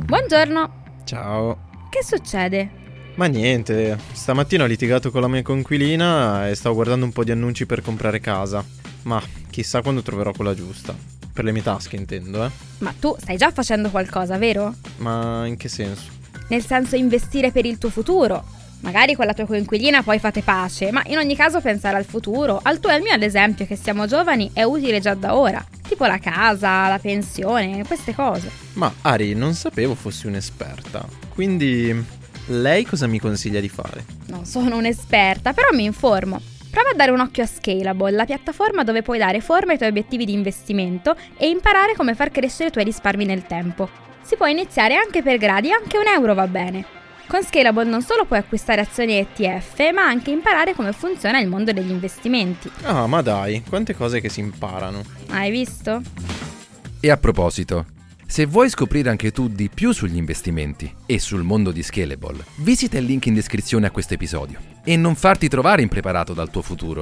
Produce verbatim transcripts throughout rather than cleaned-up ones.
Buongiorno. Ciao. Che succede? Ma niente, stamattina ho litigato con la mia coinquilina e stavo guardando un po' di annunci per comprare casa. Ma chissà quando troverò quella giusta. Per le mie tasche intendo, eh. Ma tu stai già facendo qualcosa, vero? Ma in che senso? Nel senso investire per il tuo futuro. Magari con la tua coinquilina poi fate pace, ma in ogni caso pensare al futuro, al tuo e al mio ad esempio, che siamo giovani, è utile già da ora. Tipo la casa, la pensione, queste cose. Ma Ari, non sapevo fossi un'esperta. Quindi lei cosa mi consiglia di fare? Non sono un'esperta, però mi informo. Prova a dare un occhio a Scalable, la piattaforma dove puoi dare forma ai tuoi obiettivi di investimento e imparare come far crescere i tuoi risparmi nel tempo. Si può iniziare anche per gradi, anche un euro va bene. Con Scalable non solo puoi acquistare azioni E T F, ma anche imparare come funziona il mondo degli investimenti. Ah, ma dai, quante cose che si imparano. Hai visto? E a proposito, se vuoi scoprire anche tu di più sugli investimenti e sul mondo di Scalable, visita il link in descrizione a questo episodio e non farti trovare impreparato dal tuo futuro.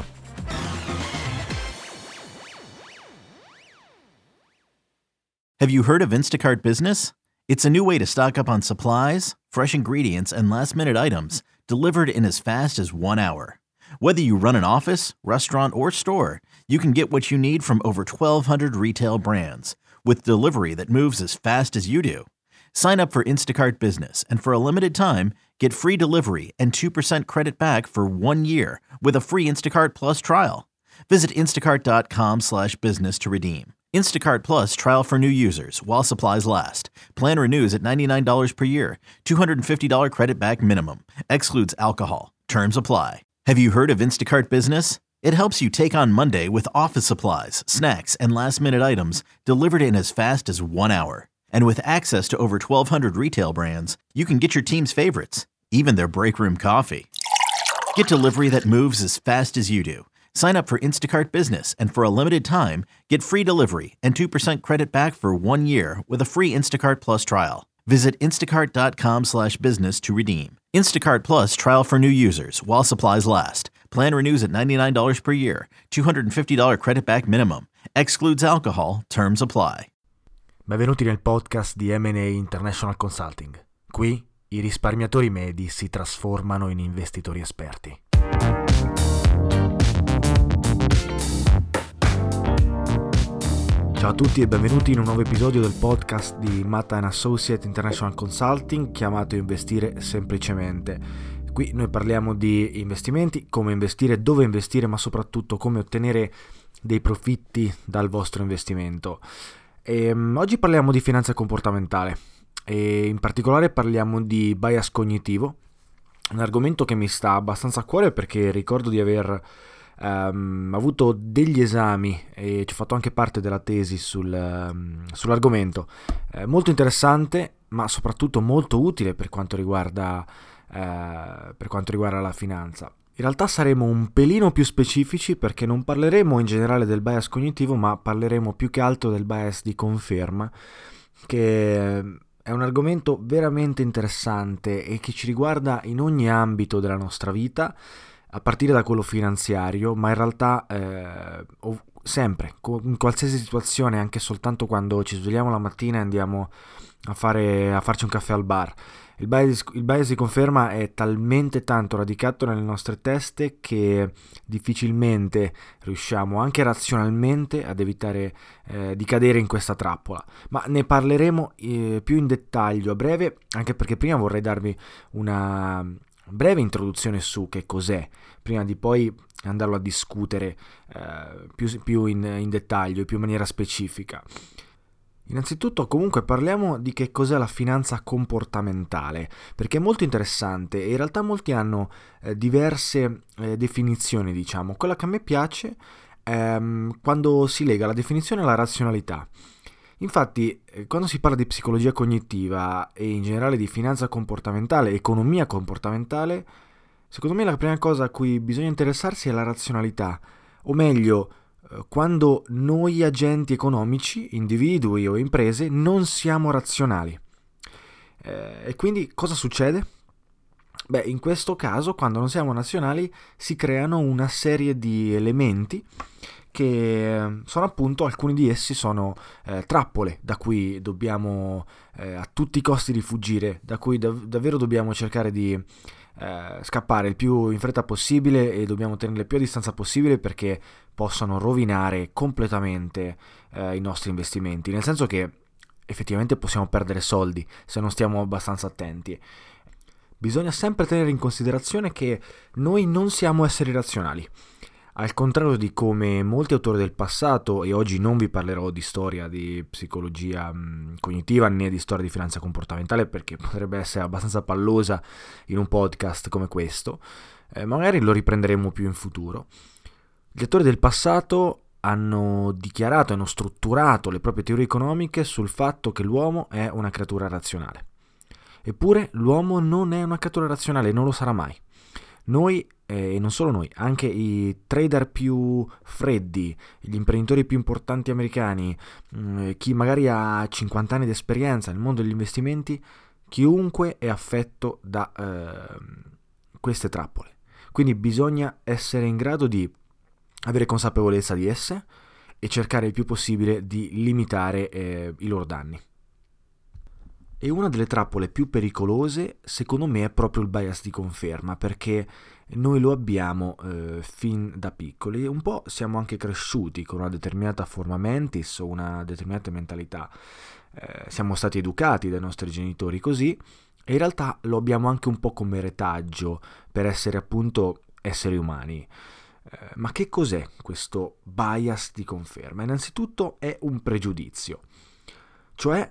Have you heard of Instacart Business? It's a new way to stock up on supplies, fresh ingredients, and last-minute items delivered in as fast as one hour. Whether you run an office, restaurant, or store, you can get what you need from over twelve hundred retail brands with delivery that moves as fast as you do. Sign up for Instacart Business and for a limited time, get free delivery and two percent credit back for one year with a free Instacart Plus trial. Visit instacart.com slash business to redeem. Instacart Plus trial for new users while supplies last. Plan renews at ninety-nine dollars per year. two hundred fifty dollars credit back minimum. Excludes alcohol. Terms apply. Have you heard of Instacart Business? It helps you take on Monday with office supplies, snacks, and last-minute items delivered in as fast as one hour. And with access to over twelve hundred retail brands, you can get your team's favorites, even their break room coffee. Get delivery that moves as fast as you do. Sign up for Instacart Business and for a limited time, get free delivery and two percent credit back for one year with a free Instacart Plus trial. Visit instacart.com slash business to redeem. Instacart Plus trial for new users while supplies last. Plan renews at ninety-nine dollars per year. two hundred fifty dollars credit back minimum. Excludes alcohol. Terms apply. Benvenuti nel podcast di M and A International Consulting. Qui i risparmiatori medi si trasformano in investitori esperti. Ciao a tutti e benvenuti in un nuovo episodio del podcast di Matta and Associate International Consulting chiamato Investire Semplicemente. Qui noi parliamo di investimenti, come investire, dove investire, ma soprattutto come ottenere dei profitti dal vostro investimento. E, um, oggi parliamo di finanza comportamentale e in particolare parliamo di bias cognitivo, un argomento che mi sta abbastanza a cuore perché ricordo di aver Um, avuto degli esami e ci ho fatto anche parte della tesi sul, um, sull'argomento, eh, molto interessante ma soprattutto molto utile per quanto riguarda eh, per quanto riguarda la finanza. In realtà saremo un pelino più specifici perché non parleremo in generale del bias cognitivo, ma parleremo più che altro del bias di conferma, che è un argomento veramente interessante e che ci riguarda in ogni ambito della nostra vita, a partire da quello finanziario, ma in realtà eh, sempre, in qualsiasi situazione, anche soltanto quando ci svegliamo la mattina e andiamo a, fare, a farci un caffè al bar. Il bias, il bias di conferma è talmente tanto radicato nelle nostre teste che difficilmente riusciamo anche razionalmente ad evitare eh, di cadere in questa trappola. Ma ne parleremo eh, più in dettaglio a breve, anche perché prima vorrei darvi una breve introduzione su che cos'è, prima di poi andarlo a discutere eh, più, più in, in dettaglio e più in maniera specifica. Innanzitutto comunque parliamo di che cos'è la finanza comportamentale, perché è molto interessante e in realtà molti hanno eh, diverse eh, definizioni, diciamo. Quella che a me piace è um, quando si lega la definizione alla razionalità. Infatti, quando si parla di psicologia cognitiva e in generale di finanza comportamentale, economia comportamentale, secondo me la prima cosa a cui bisogna interessarsi è la razionalità, o meglio, quando noi agenti economici, individui o imprese, non siamo razionali. Eh, e quindi cosa succede? Beh, in questo caso, quando non siamo razionali, si creano una serie di elementi che sono appunto, alcuni di essi sono eh, trappole da cui dobbiamo eh, a tutti i costi rifuggire, da cui dav- davvero dobbiamo cercare di eh, scappare il più in fretta possibile e dobbiamo tenerle più a distanza possibile, perché possono rovinare completamente eh, i nostri investimenti, nel senso che effettivamente possiamo perdere soldi se non stiamo abbastanza attenti. Bisogna sempre tenere in considerazione che noi non siamo esseri razionali. Al contrario di come molti autori del passato, e oggi non vi parlerò di storia di psicologia mh, cognitiva né di storia di finanza comportamentale, perché potrebbe essere abbastanza pallosa in un podcast come questo, eh, magari lo riprenderemo più in futuro. Gli autori del passato hanno dichiarato, hanno strutturato le proprie teorie economiche sul fatto che l'uomo è una creatura razionale. Eppure l'uomo non è una creatura razionale, non lo sarà mai. Noi, e eh, non solo noi, anche i trader più freddi, gli imprenditori più importanti americani, mh, chi magari ha cinquanta anni di esperienza nel mondo degli investimenti, chiunque è affetto da eh, queste trappole. Quindi bisogna essere in grado di avere consapevolezza di esse e cercare il più possibile di limitare eh, i loro danni. E una delle trappole più pericolose, secondo me, è proprio il bias di conferma, perché noi lo abbiamo eh, fin da piccoli. Un po' siamo anche cresciuti con una determinata forma mentis o una determinata mentalità. Eh, siamo stati educati dai nostri genitori così, e in realtà lo abbiamo anche un po' come retaggio per essere appunto esseri umani. Eh, ma che cos'è questo bias di conferma? Innanzitutto è un pregiudizio, cioè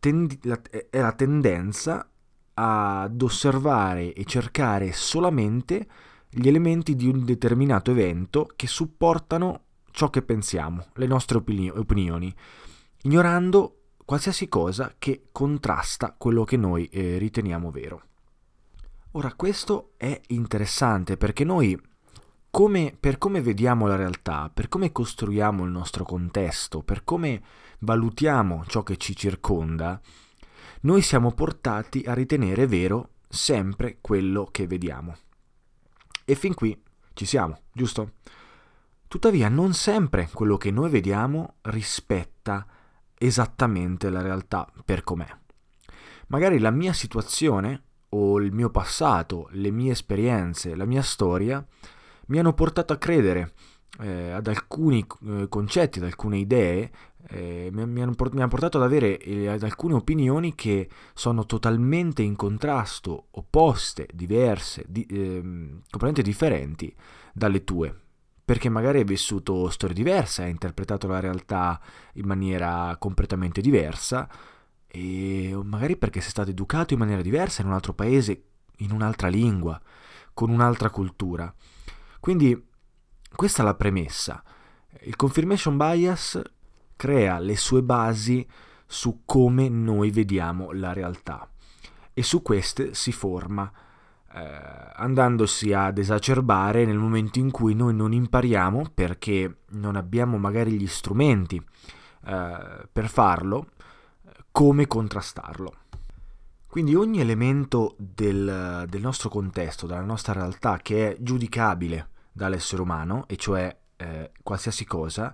è la tendenza ad osservare e cercare solamente gli elementi di un determinato evento che supportano ciò che pensiamo, le nostre opini- opinioni, ignorando qualsiasi cosa che contrasta quello che noi eh, riteniamo vero. Ora, questo è interessante perché noi, come, per come vediamo la realtà, per come costruiamo il nostro contesto, per come valutiamo ciò che ci circonda, noi siamo portati a ritenere vero sempre quello che vediamo. E fin qui ci siamo, giusto? Tuttavia non sempre quello che noi vediamo rispetta esattamente la realtà per com'è. Magari la mia situazione o il mio passato, le mie esperienze, la mia storia mi hanno portato a credere eh, ad alcuni eh, concetti, ad alcune idee, eh, mi, mi, hanno, mi hanno portato ad avere eh, ad alcune opinioni che sono totalmente in contrasto, opposte, diverse, di, eh, completamente differenti dalle tue, perché magari hai vissuto storie diverse, hai interpretato la realtà in maniera completamente diversa, e magari perché sei stato educato in maniera diversa in un altro paese, in un'altra lingua, con un'altra cultura. Quindi questa è la premessa. Il confirmation bias crea le sue basi su come noi vediamo la realtà e su queste si forma, eh, andandosi ad esacerbare nel momento in cui noi non impariamo, perché non abbiamo magari gli strumenti eh, per farlo, come contrastarlo. Quindi ogni elemento del, del nostro contesto, della nostra realtà, che è giudicabile dall'essere umano, e cioè eh, qualsiasi cosa,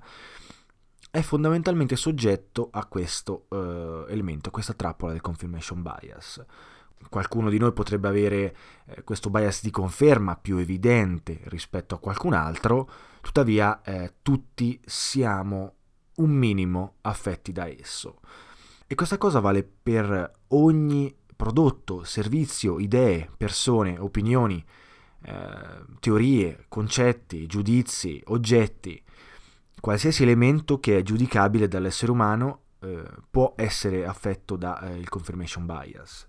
è fondamentalmente soggetto a questo eh, elemento, a questa trappola del confirmation bias. Qualcuno di noi potrebbe avere eh, questo bias di conferma più evidente rispetto a qualcun altro, tuttavia eh, tutti siamo un minimo affetti da esso. E questa cosa vale per ogni prodotto, servizio, idee, persone, opinioni, eh, teorie, concetti, giudizi, oggetti. Qualsiasi elemento che è giudicabile dall'essere umano eh, può essere affetto dal eh, confirmation bias.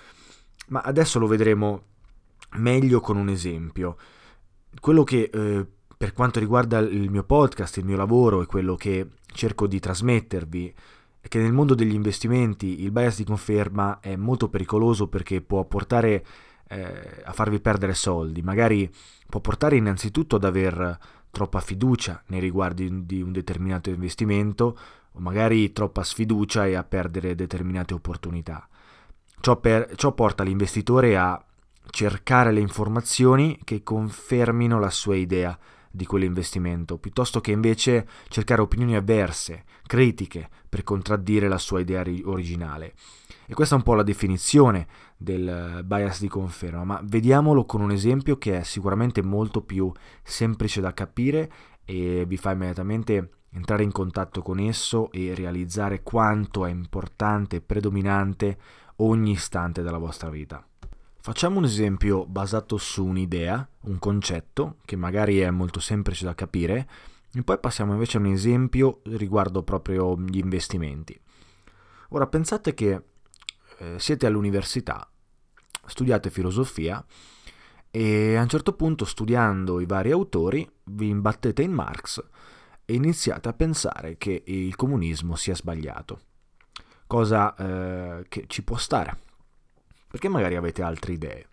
Ma adesso lo vedremo meglio con un esempio. Quello che eh, per quanto riguarda il mio podcast, il mio lavoro e quello che cerco di trasmettervi, è che nel mondo degli investimenti il bias di conferma è molto pericoloso, perché può portare eh, a farvi perdere soldi. Magari può portare innanzitutto ad aver troppa fiducia nei riguardi di un determinato investimento, o magari troppa sfiducia e a perdere determinate opportunità. Ciò, per, ciò porta l'investitore a cercare le informazioni che confermino la sua idea di quell'investimento, piuttosto che invece cercare opinioni avverse, critiche, per contraddire la sua idea originale. E questa è un po' la definizione del bias di conferma, ma vediamolo con un esempio che è sicuramente molto più semplice da capire e vi fa immediatamente entrare in contatto con esso e realizzare quanto è importante e predominante ogni istante della vostra vita. Facciamo un esempio basato su un'idea, un concetto, che magari è molto semplice da capire, e poi passiamo invece a un esempio riguardo proprio gli investimenti. Ora pensate che eh, siete all'università, studiate filosofia e a un certo punto, studiando i vari autori, vi imbattete in Marx e iniziate a pensare che il comunismo sia sbagliato, cosa eh, che ci può stare, perché magari avete altre idee.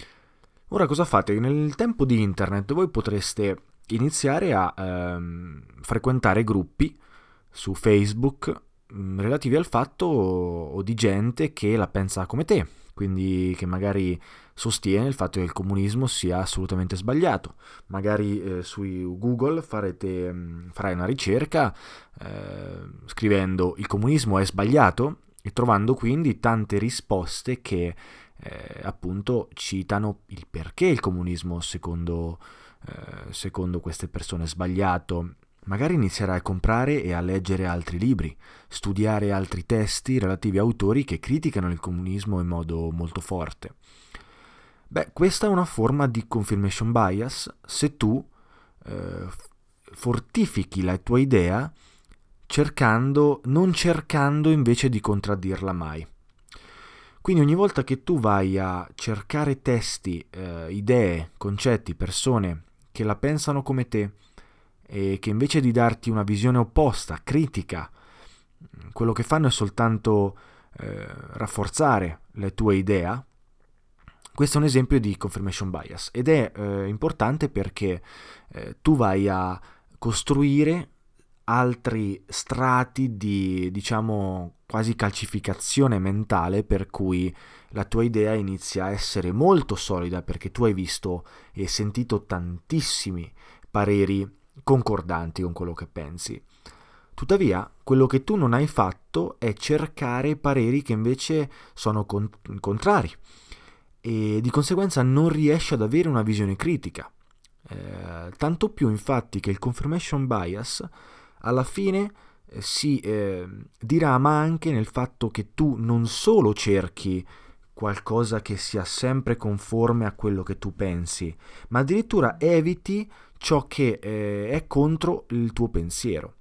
Ora cosa fate? Nel tempo di internet voi potreste iniziare a ehm, frequentare gruppi su Facebook mh, relativi al fatto o, o di gente che la pensa come te, quindi che magari sostiene il fatto che il comunismo sia assolutamente sbagliato. Magari eh, su Google farete, mh, farai una ricerca eh, scrivendo "il comunismo è sbagliato" e trovando quindi tante risposte che eh, appunto citano il perché il comunismo secondo, eh, secondo queste persone è sbagliato. Magari inizierai a comprare e a leggere altri libri, studiare altri testi relativi a autori che criticano il comunismo in modo molto forte. Beh, questa è una forma di confirmation bias se tu eh, fortifichi la tua idea cercando, non cercando invece di contraddirla mai. Quindi ogni volta che tu vai a cercare testi, eh, idee, concetti, persone che la pensano come te e che invece di darti una visione opposta, critica, quello che fanno è soltanto eh, rafforzare la tua idea, questo è un esempio di confirmation bias ed è eh, importante perché eh, tu vai a costruire altri strati di, diciamo, quasi calcificazione mentale, per cui la tua idea inizia a essere molto solida perché tu hai visto e sentito tantissimi pareri concordanti con quello che pensi. Tuttavia, quello che tu non hai fatto è cercare pareri che invece sono con- contrari e di conseguenza non riesci ad avere una visione critica. Eh, tanto più infatti che il confirmation bias alla fine eh, si eh, dirama anche nel fatto che tu non solo cerchi qualcosa che sia sempre conforme a quello che tu pensi, ma addirittura eviti ciò che eh, è contro il tuo pensiero.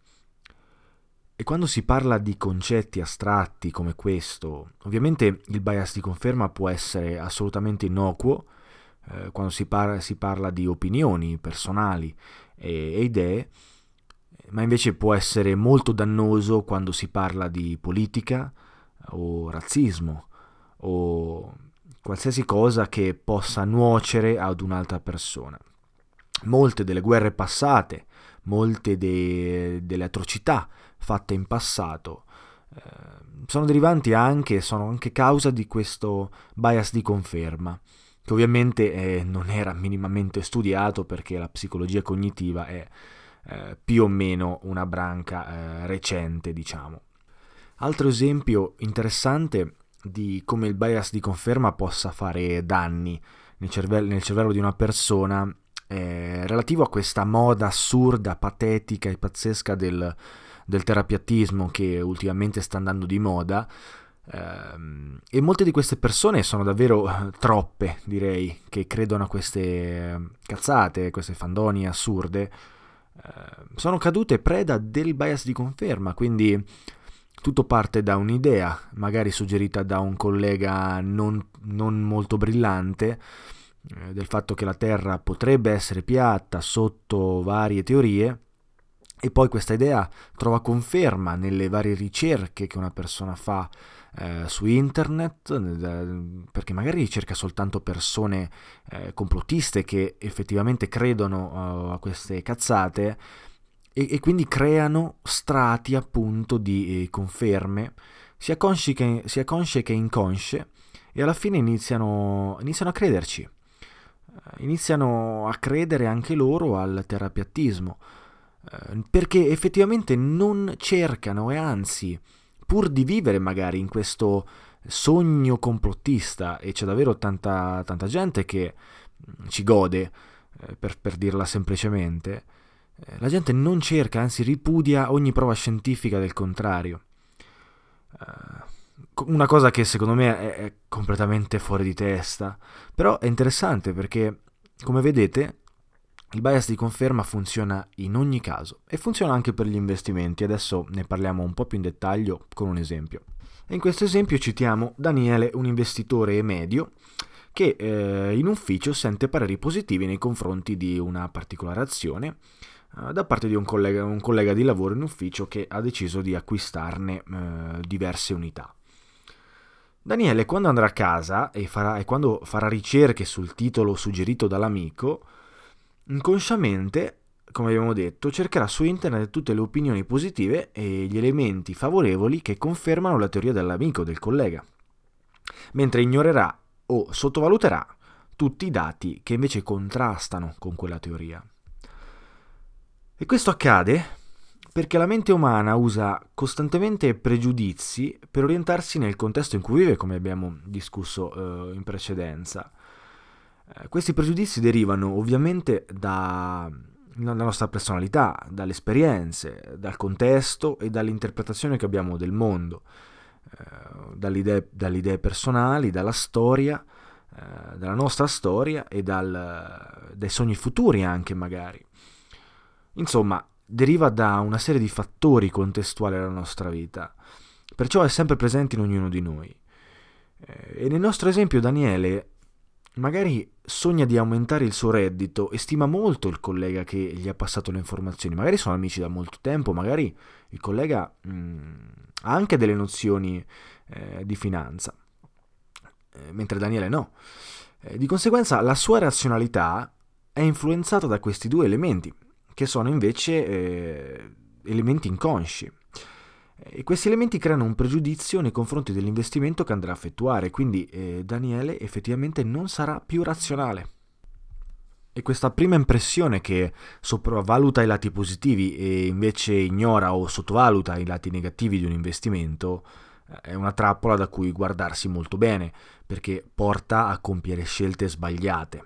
E quando si parla di concetti astratti come questo, ovviamente il bias di conferma può essere assolutamente innocuo eh, quando si, par- si parla di opinioni personali e, e idee, ma invece può essere molto dannoso quando si parla di politica o razzismo o qualsiasi cosa che possa nuocere ad un'altra persona. Molte delle guerre passate, molte de- delle atrocità fatte in passato eh, sono derivanti anche, sono anche causa di questo bias di conferma, che ovviamente eh, non era minimamente studiato perché la psicologia cognitiva è eh, più o meno una branca eh, recente, diciamo. Altro esempio interessante di come il bias di conferma possa fare danni nel cervello, nel cervello di una persona è relativo a questa moda assurda, patetica e pazzesca del, del terapiatismo che ultimamente sta andando di moda, ehm, e molte di queste persone sono davvero troppe, direi, che credono a queste cazzate, queste fandonie assurde, eh, sono cadute preda del bias di conferma. Quindi tutto parte da un'idea, magari suggerita da un collega non, non molto brillante, eh, del fatto che la Terra potrebbe essere piatta sotto varie teorie, e poi questa idea trova conferma nelle varie ricerche che una persona fa eh, su internet, eh, perché magari cerca soltanto persone eh, complottiste che effettivamente credono uh, a queste cazzate, e, e quindi creano strati appunto di eh, conferme sia consci che, sia consce che inconsce, e alla fine iniziano, iniziano a crederci. iniziano a credere anche loro al terrapiattismo, eh, perché effettivamente non cercano e anzi, pur di vivere magari in questo sogno complottista, e c'è davvero tanta, tanta gente che ci gode, eh, per, per dirla semplicemente, eh, la gente non cerca, anzi ripudia ogni prova scientifica del contrario. Uh, una cosa che secondo me è, è completamente fuori di testa, però è interessante perché, come vedete, il bias di conferma funziona in ogni caso e funziona anche per gli investimenti. Adesso ne parliamo un po' più in dettaglio con un esempio. E in questo esempio citiamo Daniele, un investitore medio che eh, in ufficio sente pareri positivi nei confronti di una particolare azione eh, da parte di un collega, un collega di lavoro in ufficio che ha deciso di acquistarne eh, diverse unità. Daniele, quando andrà a casa e, farà, e quando farà ricerche sul titolo suggerito dall'amico, inconsciamente, come abbiamo detto, cercherà su internet tutte le opinioni positive e gli elementi favorevoli che confermano la teoria dell'amico, del collega, mentre ignorerà o sottovaluterà tutti i dati che invece contrastano con quella teoria. E questo accade perché la mente umana usa costantemente pregiudizi per orientarsi nel contesto in cui vive, come abbiamo discusso eh, in precedenza. Eh, questi pregiudizi derivano ovviamente da, dalla nostra personalità, dalle esperienze, dal contesto e dall'interpretazione che abbiamo del mondo, eh, dalle idee, dalle idee personali, dalla storia, eh, dalla nostra storia e dal, dai sogni futuri anche magari. Insomma, deriva da una serie di fattori contestuali alla nostra vita, perciò è sempre presente in ognuno di noi. E nel nostro esempio Daniele magari sogna di aumentare il suo reddito e stima molto il collega che gli ha passato le informazioni, magari sono amici da molto tempo, magari il collega mh, ha anche delle nozioni eh, di finanza, eh, mentre Daniele no. Eh, di conseguenza la sua razionalità è influenzata da questi due elementi, che sono invece eh, elementi inconsci. E questi elementi creano un pregiudizio nei confronti dell'investimento che andrà a effettuare, quindi eh, Daniele effettivamente non sarà più razionale. E questa prima impressione che sopravvaluta i lati positivi e invece ignora o sottovaluta i lati negativi di un investimento eh, è una trappola da cui guardarsi molto bene, perché porta a compiere scelte sbagliate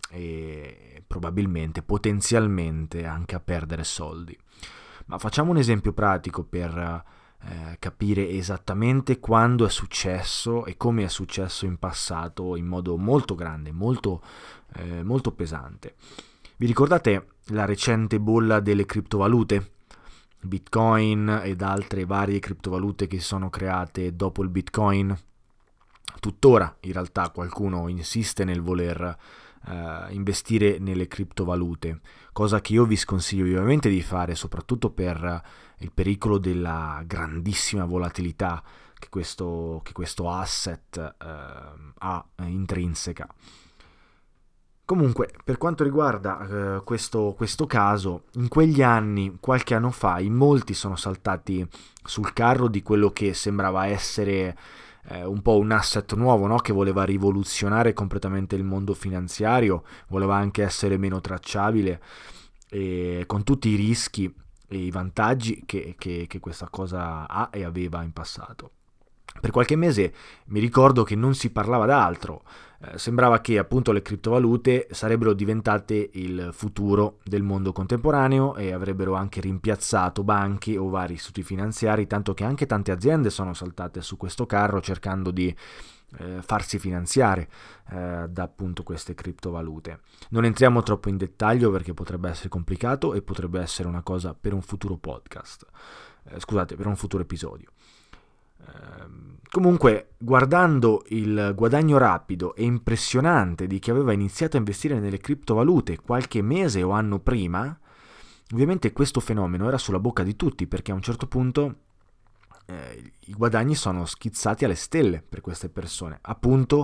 e probabilmente, potenzialmente, anche a perdere soldi. Ma facciamo un esempio pratico per eh, capire esattamente quando è successo e come è successo in passato in modo molto grande, molto, eh, molto pesante. Vi ricordate la recente bolla delle criptovalute? Bitcoin ed altre varie criptovalute che si sono create dopo il Bitcoin? Tuttora in realtà qualcuno insiste nel voler Uh, investire nelle criptovalute, cosa che io vi sconsiglio vivamente di fare, soprattutto per uh, il pericolo della grandissima volatilità che questo, che questo asset uh, ha uh, intrinseca. Comunque, per quanto riguarda uh, questo, questo caso, in quegli anni, qualche anno fa, in molti sono saltati sul carro di quello che sembrava essere Eh, un po' un asset nuovo, no? Che voleva rivoluzionare completamente il mondo finanziario, voleva anche essere meno tracciabile, e con tutti i rischi e i vantaggi che, che, che questa cosa ha e aveva in passato. Per qualche mese mi ricordo che non si parlava d'altro, eh, sembrava che appunto le criptovalute sarebbero diventate il futuro del mondo contemporaneo e avrebbero anche rimpiazzato banche o vari istituti finanziari, tanto che anche tante aziende sono saltate su questo carro cercando di eh, farsi finanziare eh, da appunto queste criptovalute. Non entriamo troppo in dettaglio perché potrebbe essere complicato e potrebbe essere una cosa per un futuro podcast, eh, scusate, per un futuro episodio. Comunque, guardando il guadagno rapido e impressionante di chi aveva iniziato a investire nelle criptovalute qualche mese o anno prima, ovviamente questo fenomeno era sulla bocca di tutti, perché a un certo punto eh, i guadagni sono schizzati alle stelle per queste persone, appunto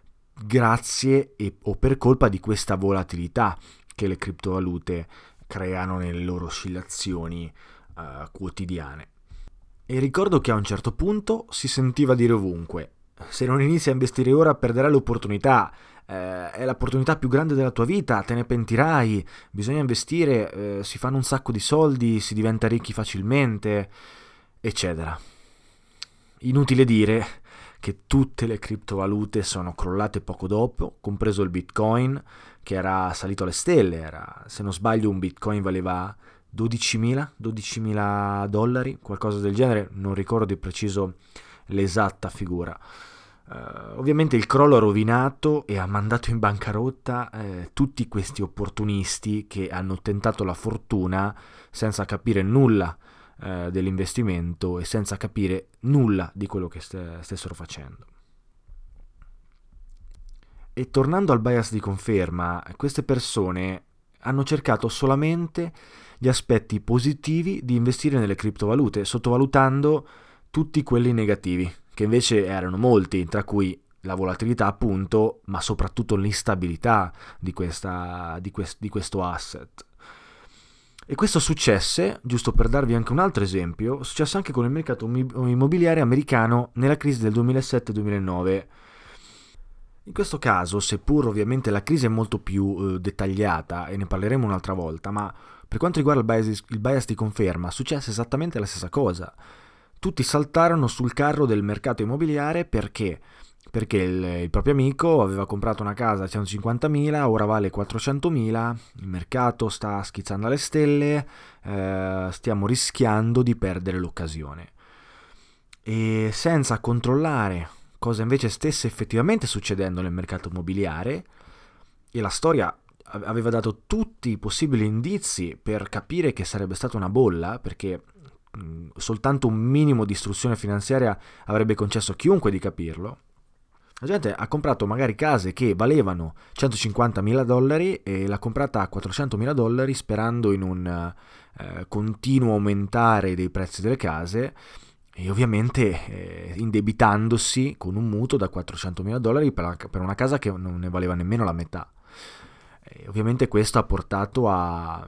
grazie e, o per colpa di questa volatilità che le criptovalute creano nelle loro oscillazioni eh, quotidiane. E ricordo che a un certo punto si sentiva dire ovunque: se non inizi a investire ora perderai l'opportunità, eh, è l'opportunità più grande della tua vita, te ne pentirai, bisogna investire, eh, si fanno un sacco di soldi, si diventa ricchi facilmente, eccetera. Inutile dire che tutte le criptovalute sono crollate poco dopo, compreso il Bitcoin, che era salito alle stelle, era, se non sbaglio un Bitcoin valeva dodicimila dollari, qualcosa del genere, non ricordo di preciso l'esatta figura. Uh, ovviamente il crollo ha rovinato e ha mandato in bancarotta eh, tutti questi opportunisti che hanno tentato la fortuna senza capire nulla eh, dell'investimento e senza capire nulla di quello che st- stessero facendo. E tornando al bias di conferma, queste persone hanno cercato solamente gli aspetti positivi di investire nelle criptovalute, sottovalutando tutti quelli negativi, che invece erano molti, tra cui la volatilità appunto, ma soprattutto l'instabilità di, questa, di, quest, di questo asset. E questo successe, giusto per darvi anche un altro esempio, successe anche con il mercato immobiliare americano nella crisi del duemilasette duemilanove. In questo caso, seppur ovviamente la crisi è molto più eh, dettagliata, e ne parleremo un'altra volta, ma per quanto riguarda il bias, il bias di conferma, successe esattamente la stessa cosa. Tutti saltarono sul carro del mercato immobiliare perché? Perché il, il proprio amico aveva comprato una casa a centocinquantamila, ora vale quattrocentomila, il mercato sta schizzando alle stelle, eh, stiamo rischiando di perdere l'occasione. E senza controllare cosa invece stesse effettivamente succedendo nel mercato immobiliare, e la storia aveva dato tutti i possibili indizi per capire che sarebbe stata una bolla, perché mh, soltanto un minimo di istruzione finanziaria avrebbe concesso a chiunque di capirlo. La gente ha comprato magari case che valevano centocinquantamila dollari e l'ha comprata a quattrocentomila dollari sperando in un eh, continuo aumentare dei prezzi delle case, e ovviamente eh, indebitandosi con un mutuo da quattrocentomila dollari per, la, per una casa che non ne valeva nemmeno la metà. E ovviamente questo ha portato a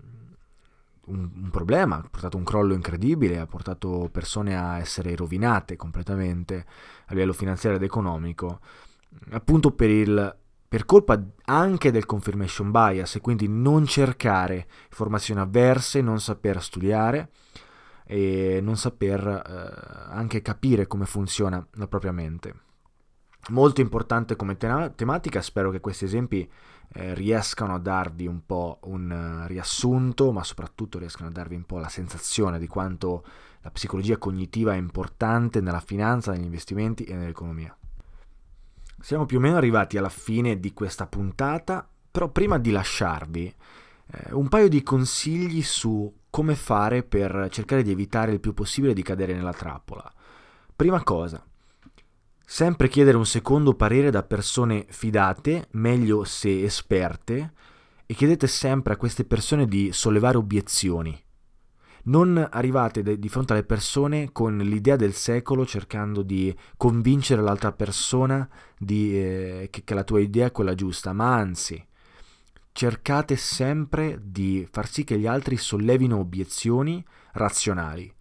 un, un problema, ha portato un crollo incredibile, ha portato persone a essere rovinate completamente a livello finanziario ed economico, appunto per il per colpa anche del confirmation bias, e quindi non cercare informazioni avverse, non saper studiare e non saper eh, anche capire come funziona la propria mente. Molto importante come te- tematica, spero che questi esempi eh, riescano a darvi un po' un uh, riassunto, ma soprattutto riescano a darvi un po' la sensazione di quanto la psicologia cognitiva è importante nella finanza, negli investimenti e nell'economia. Siamo più o meno arrivati alla fine di questa puntata, però prima di lasciarvi eh, un paio di consigli su come fare per cercare di evitare il più possibile di cadere nella trappola. Prima cosa, sempre chiedere un secondo parere da persone fidate, meglio se esperte, e chiedete sempre a queste persone di sollevare obiezioni. Non arrivate de- di fronte alle persone con l'idea del secolo cercando di convincere l'altra persona di, eh, che, che la tua idea è quella giusta, ma anzi, cercate sempre di far sì che gli altri sollevino obiezioni razionali.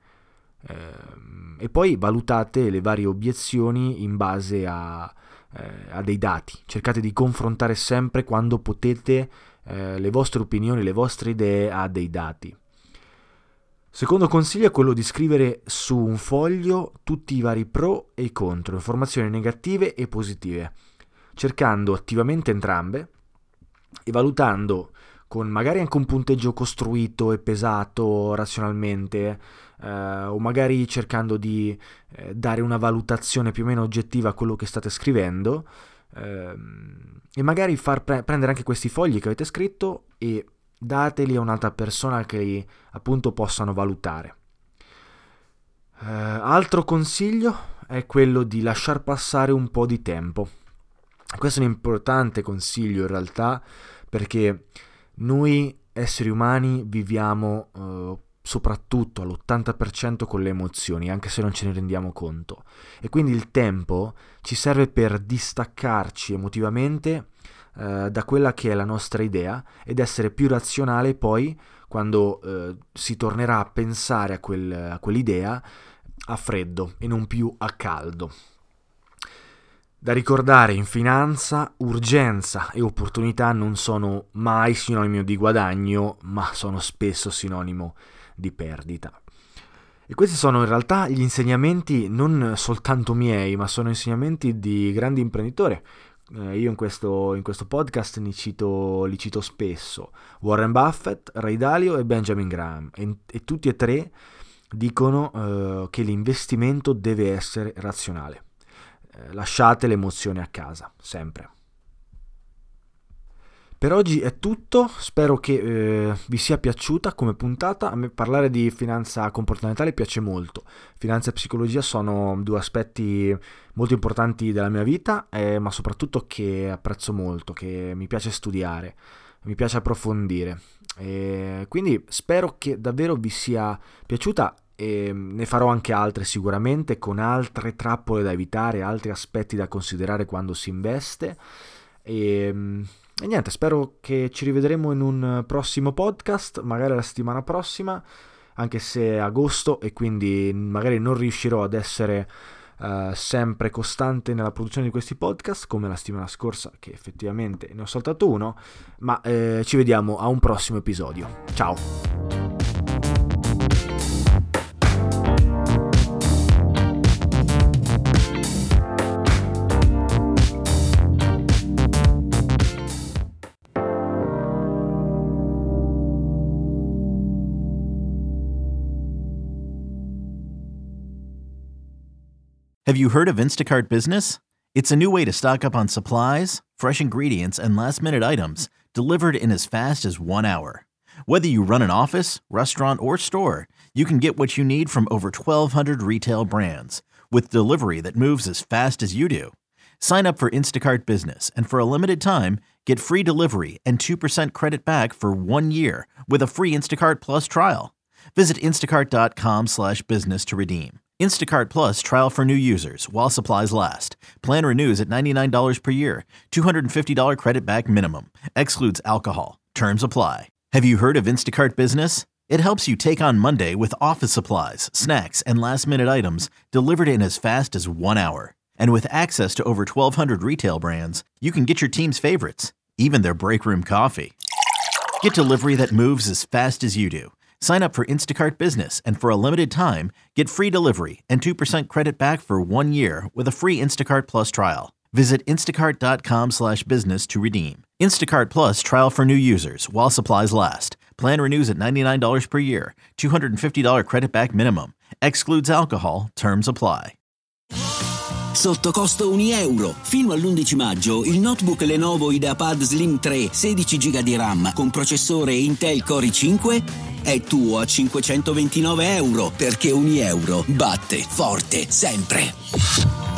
E poi valutate le varie obiezioni in base a, eh, a dei dati. Cercate di confrontare sempre, quando potete, eh, le vostre opinioni, le vostre idee a dei dati. Secondo consiglio è quello di scrivere su un foglio tutti i vari pro e i contro, informazioni negative e positive, cercando attivamente entrambe e valutando con magari anche un punteggio costruito e pesato razionalmente, eh, o magari cercando di eh, dare una valutazione più o meno oggettiva a quello che state scrivendo, eh, e magari far pre- prendere anche questi fogli che avete scritto e dateli a un'altra persona che li appunto possano valutare. Eh, altro consiglio è quello di lasciar passare un po' di tempo. Questo è un importante consiglio in realtà, perché noi esseri umani viviamo eh, soprattutto all'ottanta per cento con le emozioni, anche se non ce ne rendiamo conto, e quindi il tempo ci serve per distaccarci emotivamente eh, da quella che è la nostra idea ed essere più razionale poi quando eh, si tornerà a pensare a, quel, a quell'idea a freddo e non più a caldo. Da ricordare in finanza, urgenza e opportunità non sono mai sinonimo di guadagno, ma sono spesso sinonimo di perdita. E questi sono in realtà gli insegnamenti non soltanto miei, ma sono insegnamenti di grandi imprenditori. Eh, io in questo, in questo podcast ne cito, li cito spesso. Warren Buffett, Ray Dalio e Benjamin Graham. E, e tutti e tre dicono eh, che l'investimento deve essere razionale. Lasciate le emozioni a casa, sempre. Per oggi è tutto, spero che eh, vi sia piaciuta come puntata. A me parlare di finanza comportamentale piace molto. Finanza e psicologia sono due aspetti molto importanti della mia vita, eh, ma soprattutto che apprezzo molto, che mi piace studiare, mi piace approfondire. E quindi spero che davvero vi sia piaciuta. E ne farò anche altre sicuramente, con altre trappole da evitare, altri aspetti da considerare quando si investe. E, e niente, spero che ci rivedremo in un prossimo podcast, magari la settimana prossima, anche se è agosto e quindi magari non riuscirò ad essere uh, sempre costante nella produzione di questi podcast come la settimana scorsa, che effettivamente ne ho saltato uno, ma eh, ci vediamo a un prossimo episodio. Ciao! Have you heard of Instacart Business? It's a new way to stock up on supplies, fresh ingredients, and last-minute items delivered in as fast as one hour. Whether you run an office, restaurant, or store, you can get what you need from over twelve hundred retail brands with delivery that moves as fast as you do. Sign up for Instacart Business, and for a limited time, get free delivery and two percent credit back for one year with a free Instacart Plus trial. Visit instacart.com slash business to redeem. Instacart Plus trial for new users while supplies last. Plan renews at ninety-nine dollars per year. two hundred fifty dollars credit back minimum. Excludes alcohol. Terms apply. Have you heard of Instacart Business? It helps you take on Monday with office supplies, snacks, and last-minute items delivered in as fast as one hour. And with access to over twelve hundred retail brands, you can get your team's favorites, even their break room coffee. Get delivery that moves as fast as you do. Sign up for Instacart Business, and for a limited time, get free delivery and two percent credit back for one year with a free Instacart Plus trial. Visit instacart.com slash business to redeem. Instacart Plus trial for new users while supplies last. Plan renews at ninety-nine dollars per year. two hundred fifty dollars credit back minimum. Excludes alcohol. Terms apply. Sotto costo un euro. Fino all'undici maggio il notebook Lenovo IdeaPad Slim tre sedici giga di RAM con processore Intel Core i cinque è tuo a cinquecentoventinove euro, perché un euro batte forte sempre.